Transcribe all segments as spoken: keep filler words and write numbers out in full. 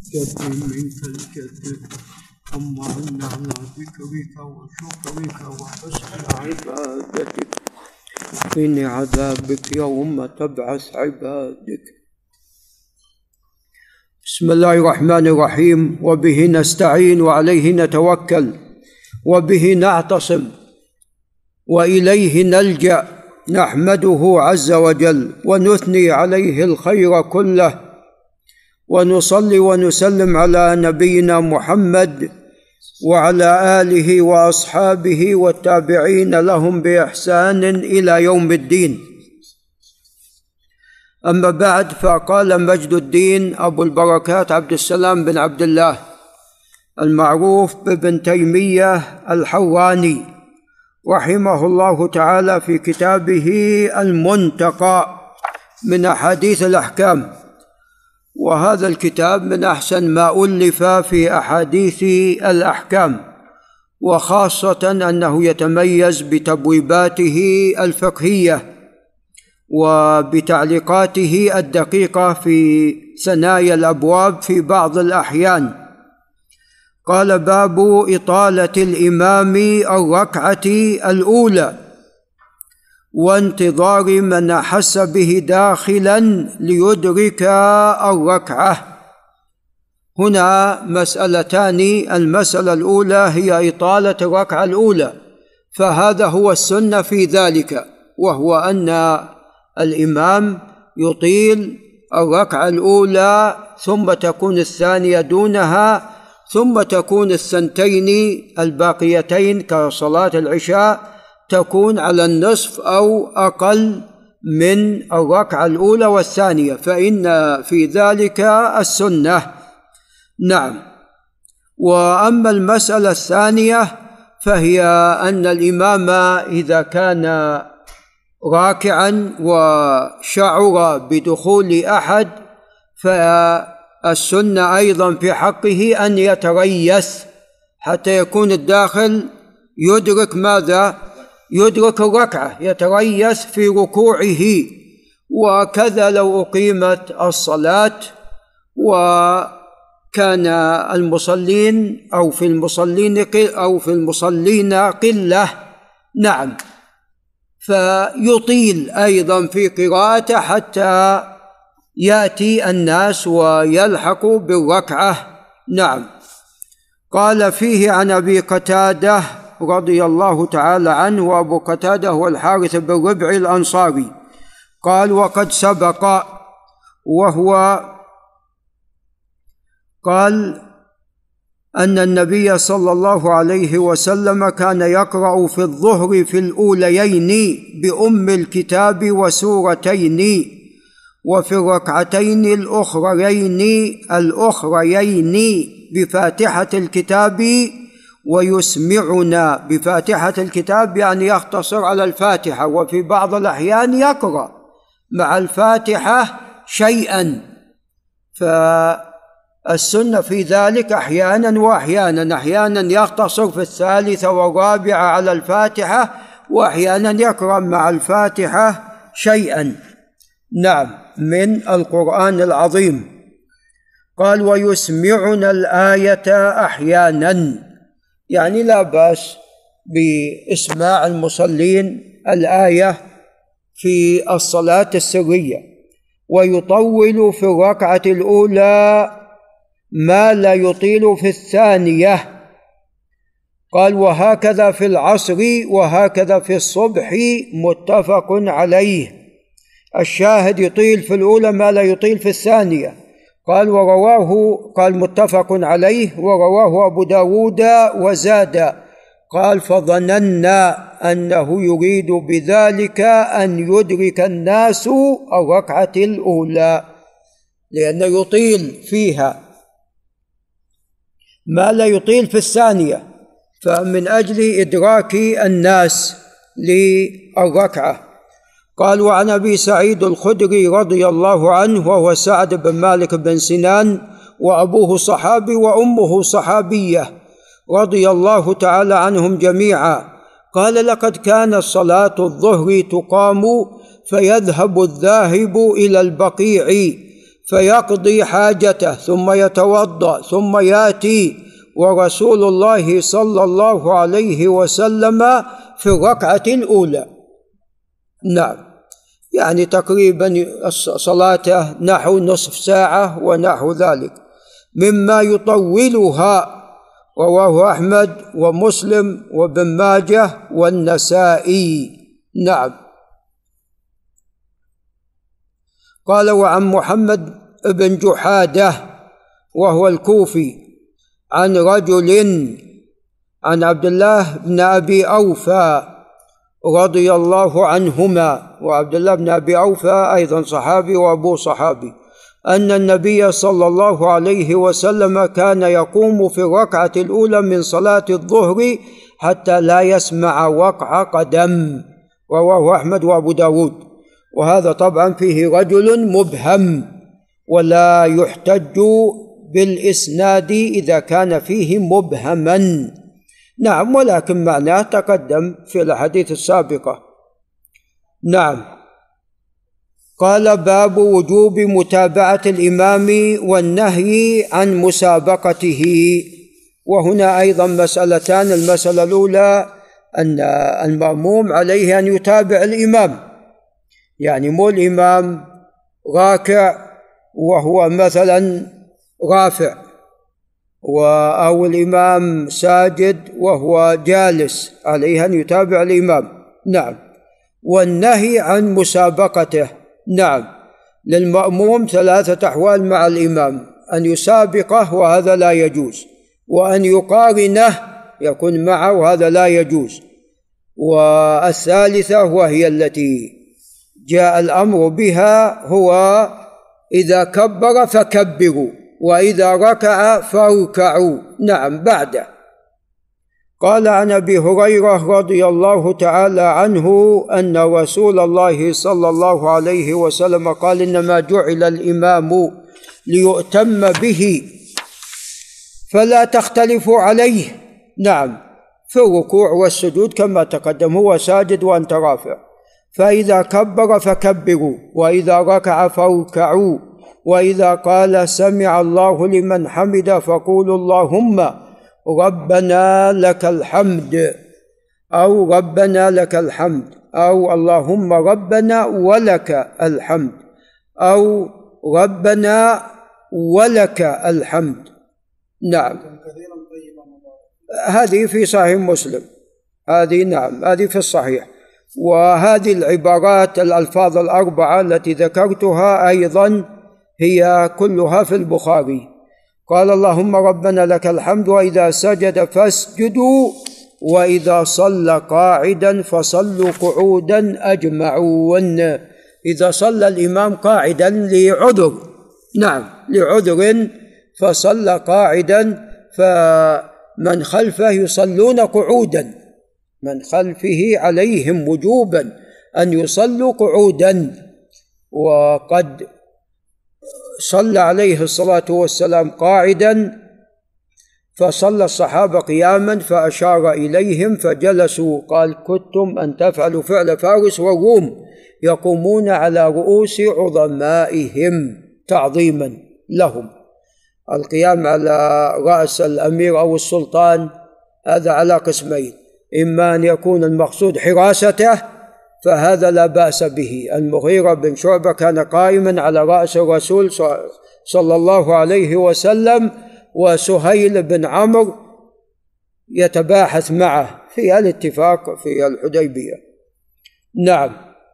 جد منك الجد، ثم عنا على ذكرك وشكرك وحسن عبادتك قني عذابك يوم تبعث عبادك. بسم الله الرحمن الرحيم، وبه نستعين وعليه نتوكل وبه نعتصم وإليه نلجأ، نحمده عز وجل ونثني عليه الخير كله، ونصلي ونسلم على نبينا محمد وعلى آله وأصحابه والتابعين لهم بإحسان إلى يوم الدين. أما بعد، فقال مجد الدين أبو البركات عبد السلام بن عبد الله المعروف بابن تيمية الحراني رحمه الله تعالى في كتابه المنتقى من أحاديث الأحكام، وهذا الكتاب من أحسن ما ألف في أحاديث الأحكام، وخاصة أنه يتميز بتبويباته الفقهية وبتعليقاته الدقيقة في ثنايا الأبواب في بعض الأحيان. قال: باب إطالة الإمام الركعة الأولى وانتظار من أحس به داخلا ليدرك الركعة. هنا مسألتان، المسألة الأولى هي إطالة الركعة الأولى، فهذا هو السنة في ذلك، وهو أن الإمام يطيل الركعة الأولى ثم تكون الثانية دونها، ثم تكون الثنتين الباقيتين كصلاة العشاء تكون على النصف أو أقل من الركعة الأولى والثانية، فإن في ذلك السنة. نعم. وأما المسألة الثانية فهي أن الإمام إذا كان راكعا وشعر بدخول أحد فالسنة أيضا في حقه أن يتريث حتى يكون الداخل يدرك ماذا؟ يدرك الركعة، يتريث في ركوعه. وكذا لو أقيمت الصلاة وكان المصلين أو في المصلين أو في المصلين قلة، نعم، فيطيل أيضا في قراءته حتى يأتي الناس ويلحقوا بالركعة. نعم. قال فيه عن أبي قتادة رضي الله تعالى عنه، وأبو قتادة هو الحارث بن ربع الأنصاري، قال: وقد سبق، وهو قال أن النبي صلى الله عليه وسلم كان يقرأ في الظهر في الأوليين بأم الكتاب وسورتين، وفي الركعتين الأخريين الأخريين بفاتحة الكتاب ويسمعنا. بفاتحة الكتاب يعني يختصر على الفاتحة، وفي بعض الأحيان يقرأ مع الفاتحة شيئا، فالسنة في ذلك أحيانا وأحيانا، أحيانا يختصر في الثالثة والرابعة على الفاتحة، وأحيانا يقرأ مع الفاتحة شيئا، نعم، من القرآن العظيم. قال: ويسمعنا الآية أحيانا، يعني لا بأس بإسماع المصلين الآية في الصلاة السرية. ويطول في الركعة الأولى ما لا يطيل في الثانية. قال: وهكذا في العصر وهكذا في الصبح، متفق عليه. الشاهد يطيل في الأولى ما لا يطيل في الثانية. قال: ورواه قال متفق عليه، ورواه أبو داود وزاد. قال: فظننا أنه يريد بذلك أن يدرك الناس الركعة الأولى، لأنه يطيل فيها ما لا يطيل في الثانية، فمن أجل إدراك الناس للركعة. قال: وعن أبي سعيد الخدري رضي الله عنه، وهو سعد بن مالك بن سنان، وأبوه صحابي وأمه صحابية رضي الله تعالى عنهم جميعا، قال: لقد كانت صلاة الظهر تقام فيذهب الذاهب إلى البقيع فيقضي حاجته ثم يتوضأ ثم يأتي ورسول الله صلى الله عليه وسلم في الركعة الأولى. نعم، يعني تقريبا صلاته نحو نصف ساعة ونحو ذلك مما يطولها. رواه أحمد ومسلم وابن ماجه والنسائي. نعم. قال: وعن محمد بن جحادة وهو الكوفي عن رجل عن عبد الله بن أبي أوفى رضي الله عنهما، وعبد الله بن أبي أوفى أيضا صحابي وأبو صحابي، أن النبي صلى الله عليه وسلم كان يقوم في الركعة الأولى من صلاة الظهر حتى لا يسمع وقع قدم. رواه أحمد وأبو داود. وهذا طبعا فيه رجل مبهم، ولا يحتج بالإسناد إذا كان فيه مبهما. نعم، ولكن معناه تقدم في الأحاديث السابقة. نعم. قال: باب وجوب متابعة الإمام والنهي عن مسابقته. وهنا أيضا مسألتان. المسألة الأولى أن المأموم عليه أن يتابع الإمام، يعني مو الإمام راكع وهو مثلا رافع، أو الإمام ساجد وهو جالس، عليه أن يتابع الإمام. نعم. والنهي عن مسابقته. نعم، للمأموم ثلاثة أحوال مع الإمام: أن يسابقه وهذا لا يجوز، وأن يقارنه يكون معه وهذا لا يجوز، والثالثة وهي التي جاء الأمر بها هو إذا كبر فكبروا وإذا ركع فاركعوا. نعم، بعده. قال: عن أبي هريرة رضي الله تعالى عنه أن رسول الله صلى الله عليه وسلم قال: إنما جعل الإمام ليؤتم به فلا تختلفوا عليه. نعم، في الركوع والسجود كما تقدم، هو ساجد وأنت رافع، فإذا كبر فكبروا وإذا ركع فاركعوا، وإذا قال سمع الله لمن حمده فقولوا اللهم ربنا لك الحمد، أو ربنا لك الحمد، أو اللهم ربنا ولك الحمد، أو ربنا ولك الحمد. نعم، هذه في صحيح مسلم، هذه نعم هذه في الصحيح. وهذه العبارات الألفاظ الأربعة التي ذكرتها أيضا هي كلها في البخاري. قال: اللهم ربنا لك الحمد، وإذا سجد فاسجدوا، وإذا صلى قاعدا فصلوا قعودا أجمعون. إذا صلى الإمام قاعدا لعذر، نعم لعذر، فصلى قاعدا، فمن خلفه يصلون قعودا، من خلفه عليهم وجوبا أن يصلوا قعودا. وقد صلى عليه الصلاة والسلام قاعدا، فصلى الصحابة قياما فأشار إليهم فجلسوا، قال: كنتم أن تفعلوا فعل فارس والروم يقومون على رؤوس عظمائهم تعظيما لهم. القيام على رأس الأمير أو السلطان هذا على قسمين: إما أن يكون المقصود حراسته، فهذا لا بأس به. المغيرة بن شعبة كان قائما على رأس الرسول صلى الله عليه وسلم، وسهيل بن عمرو يتباحث معه في الاتفاق في الحديبية. نعم.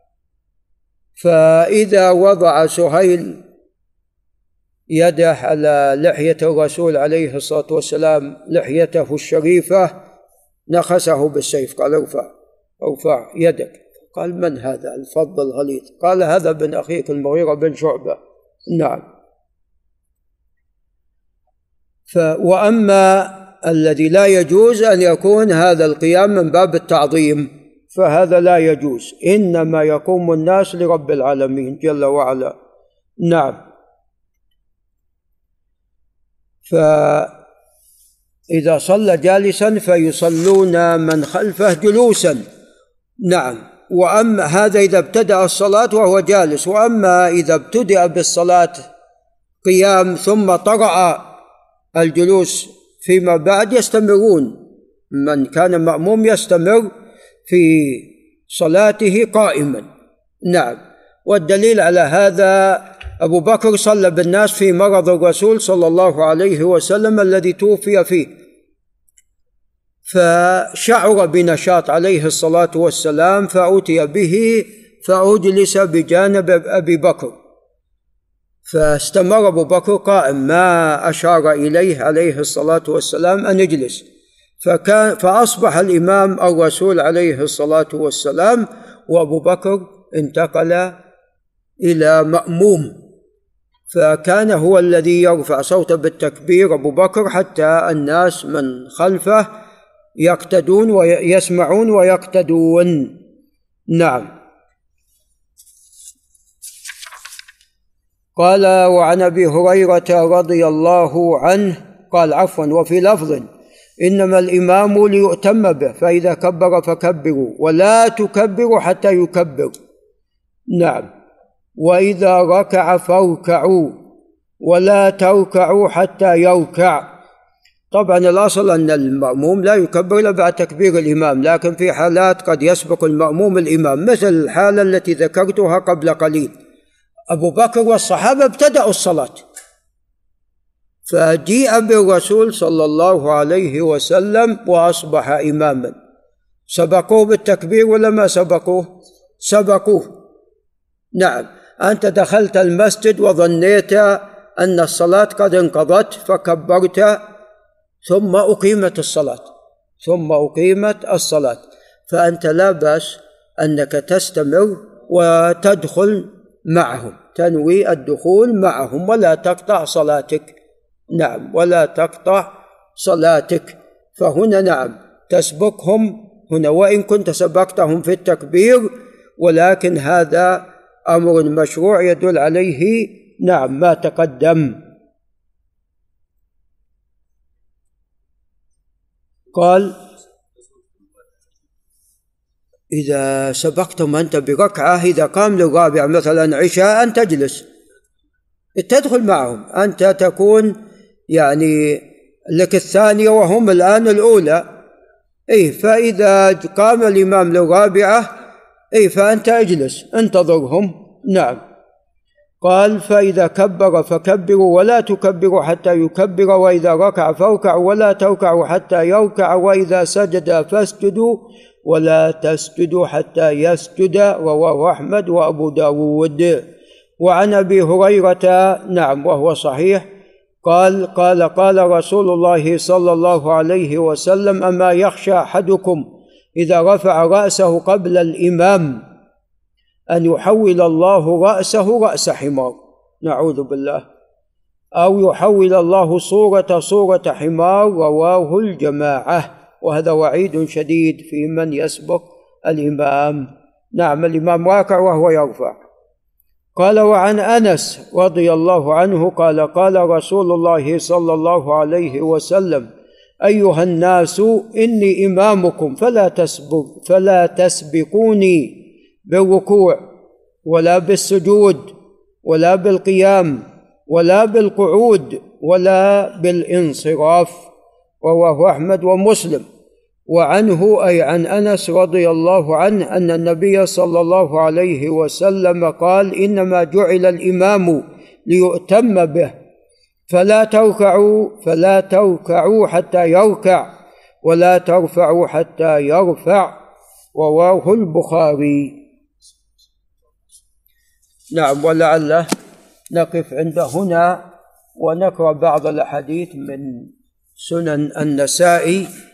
فإذا وضع سهيل يده على لحية الرسول عليه الصلاة والسلام، لحيته الشريفة، نخسه بالسيف، قال: ارفع ارفع يدك. قال: من هذا الفضل الغليظ؟ قال: هذا ابن أخيك المغيرة بن شعبة. نعم. ف وأما الذي لا يجوز أن يكون هذا القيام من باب التعظيم، فهذا لا يجوز، إنما يقوم الناس لرب العالمين جل وعلا. نعم. فإذا صلى جالسا فيصلون من خلفه جلوسا. نعم. وأما هذا إذا ابتدأ الصلاة وهو جالس، وأما إذا ابتدأ بالصلاة قيام ثم طرأ الجلوس فيما بعد يستمرون، من كان مأموم يستمر في صلاته قائما. نعم. والدليل على هذا أبو بكر صلى بالناس في مرض الرسول صلى الله عليه وسلم الذي توفي فيه، فشعر بنشاط عليه الصلاة والسلام فأتي به فأجلس بجانب أبي بكر، فاستمر أبو بكر قائم، ما أشار إليه عليه الصلاة والسلام أن يجلس، فكان فأصبح الإمام الرسول عليه الصلاة والسلام، وأبو بكر انتقل إلى مأموم، فكان هو الذي يرفع صوته بالتكبير أبو بكر حتى الناس من خلفه يقتدون ويسمعون ويقتدون. نعم. قال وعن أبي هريرة رضي الله عنه قال عفوا وفي لفظ إنما الإمام ليؤتم به فإذا كبر فكبروا ولا تكبروا حتى يكبر. نعم. وإذا ركع فاركعوا ولا تركعوا حتى يركع. طبعا الأصل أن المأموم لا يكبر إلا بعد تكبير الإمام، لكن في حالات قد يسبق المأموم الإمام، مثل الحالة التي ذكرتها قبل قليل، أبو بكر والصحابة ابتدأوا الصلاة فجيء بالرسول صلى الله عليه وسلم وأصبح إماما، سبقوه بالتكبير ولا ما سبقوه؟ سبقوه. نعم. أنت دخلت المسجد وظنيت أن الصلاة قد انقضت فكبرت ثم أقيمت الصلاة ثم أقيمت الصلاة فأنت لا بأس أنك تستمر وتدخل معهم، تنوي الدخول معهم ولا تقطع صلاتك. نعم. ولا تقطع صلاتك. فهنا نعم تسبقهم هنا وإن كنت سبقتهم في التكبير، ولكن هذا أمر مشروع يدل عليه نعم ما تقدم. قال إذا سبقتم أنت بركعة، إذا قام للرابع مثلا عشاء أن تجلس تدخل معهم، أنت تكون يعني لك الثانية وهم الآن الأولى. إيه فإذا قام الإمام للرابعة إيه فأنت اجلس انتظرهم. نعم. قال فإذا كبر فكبروا ولا تكبروا حتى يكبر وإذا ركع فاركعوا ولا تركعوا حتى يركع وإذا سجد فاسجدوا ولا تسجدوا حتى يسجد. رواه أحمد وأبو داود. وعن أبي هريرة نعم وهو صحيح قال قال قال رسول الله صلى الله عليه وسلم أما يخشى أحدكم إذا رفع رأسه قبل الإمام أن يحول الله رأسه رأس حمار، نعوذ بالله، أو يحول الله صورة صورة حمار. رواه الجماعة. وهذا وعيد شديد في من يسبق الإمام. نعم. الإمام راكع وهو يرفع. قال وعن أنس رضي الله عنه قال قال رسول الله صلى الله عليه وسلم أيها الناس إني إمامكم فلا تسبق فلا تسبقوني بالركوع ولا بالسجود ولا بالقيام ولا بالقعود ولا بالانصراف. رواه أحمد ومسلم. وعنه أي عن أنس رضي الله عنه أن النبي صلى الله عليه وسلم قال إنما جعل الإمام ليؤتم به فلا تركعوا فلا تركعوا حتى يركع ولا ترفعوا حتى يرفع. رواه البخاري. نعم. ولعله نقف عند هنا ونقرأ بعض الأحاديث من سنن النسائي